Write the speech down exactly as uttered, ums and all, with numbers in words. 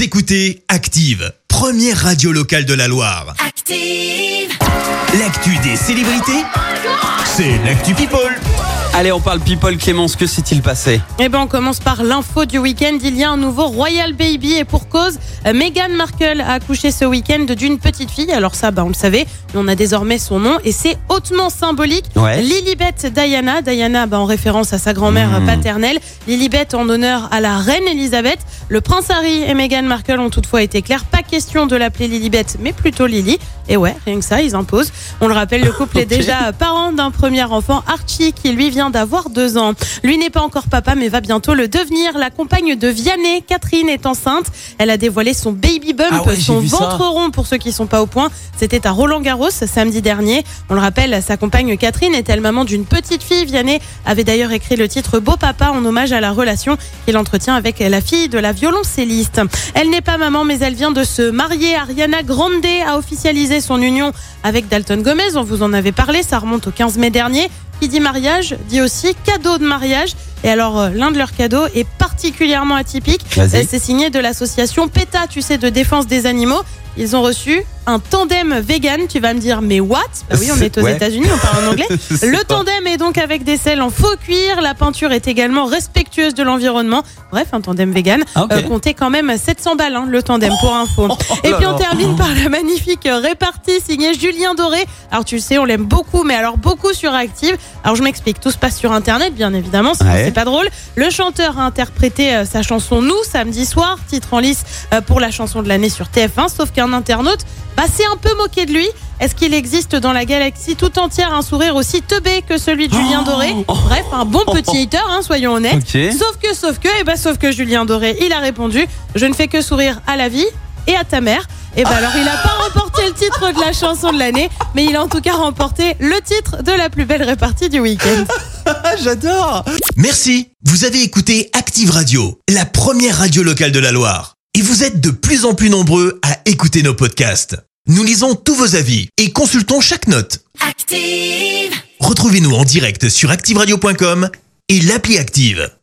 Vous écoutez Active, première radio locale de la Loire. Active. L'actu des célébrités, c'est l'actu People. Allez, on parle people. Clémence, que s'est-il passé ? Eh ben, on commence par l'info du week-end. Il y a un nouveau Royal Baby et pour cause, Meghan Markle a accouché ce week-end d'une petite fille. Alors ça, bah, on le savait, mais on a désormais son nom et c'est hautement symbolique. Ouais. Lilibet Diana. Diana, bah, en référence à sa grand-mère Mmh. paternelle. Lilibet en honneur à la reine Elisabeth. Le prince Harry et Meghan Markle ont toutefois été clairs. Pas question de l'appeler Lilibet, mais plutôt Lily. Et ouais, rien que ça, ils imposent. On le rappelle, le couple est Okay. déjà parent d'un premier enfant, Archie, qui lui vient d'avoir deux ans. Lui n'est pas encore papa, mais va bientôt le devenir. La compagne de Vianney, Catherine, est enceinte. Elle a dévoilé son baby bump, Ah ouais, j'ai son vu ça. ventre rond pour ceux qui sont pas au point. C'était à Roland-Garros samedi dernier. On le rappelle, sa compagne Catherine est-elle maman d'une petite fille. Vianney avait d'ailleurs écrit le titre Beau Papa en hommage à la relation qu'il entretient avec la fille de la violoncelliste. Elle n'est pas maman, mais elle vient de se marier. Ariana Grande a officialisé son union avec Dalton Gomez. On vous en avait parlé, ça remonte au quinze mai dernier. Qui dit mariage dit aussi cadeau de mariage. Et alors, euh, l'un de leurs cadeaux est particulièrement atypique. Vas-y. Euh, C'est signé de l'association PETA, tu sais, de défense des animaux. Ils ont reçu un tandem vegan. Tu vas me dire, mais what ? Bah oui, on est aux Ouais. États-Unis, on parle en anglais. Je sais Le pas. tandem est donc avec des selles en faux cuir. La peinture est également respectueuse de l'environnement. Bref, un tandem vegan. Ah, ok. Euh, comptez quand même sept cents balles, hein, le tandem, pour info. Et là puis on là. termine par la magnifique répartie signée Julien Doré. Alors tu le sais, on l'aime beaucoup, mais alors beaucoup sur Active. Alors je m'explique, tout se passe sur Internet, bien évidemment, sinon Ouais. c'est pas drôle. Le chanteur a interprété euh, sa chanson Nous samedi soir, titre en lice euh, pour la chanson de l'année sur T F un, sauf qu'un internaute bah, s'est un peu moqué de lui. Est-ce qu'il existe dans la galaxie tout entière un sourire aussi teubé que celui de Julien Doré ? Bref, un bon petit hater, hein, soyons honnêtes. Ok. Sauf que, sauf que, et bah, sauf que Julien Doré, il a répondu « Je ne fais que sourire à la vie et à ta mère ». Et bah alors, il n'a pas remporté le titre de la chanson de l'année, mais il a en tout cas remporté le titre de la plus belle répartie du week-end. Ah, j'adore. Merci, vous avez écouté Active Radio, la première radio locale de la Loire. Et vous êtes de plus en plus nombreux à écouter nos podcasts. Nous lisons tous vos avis et consultons chaque note. Active. Retrouvez-nous en direct sur active radio point com et l'appli Active.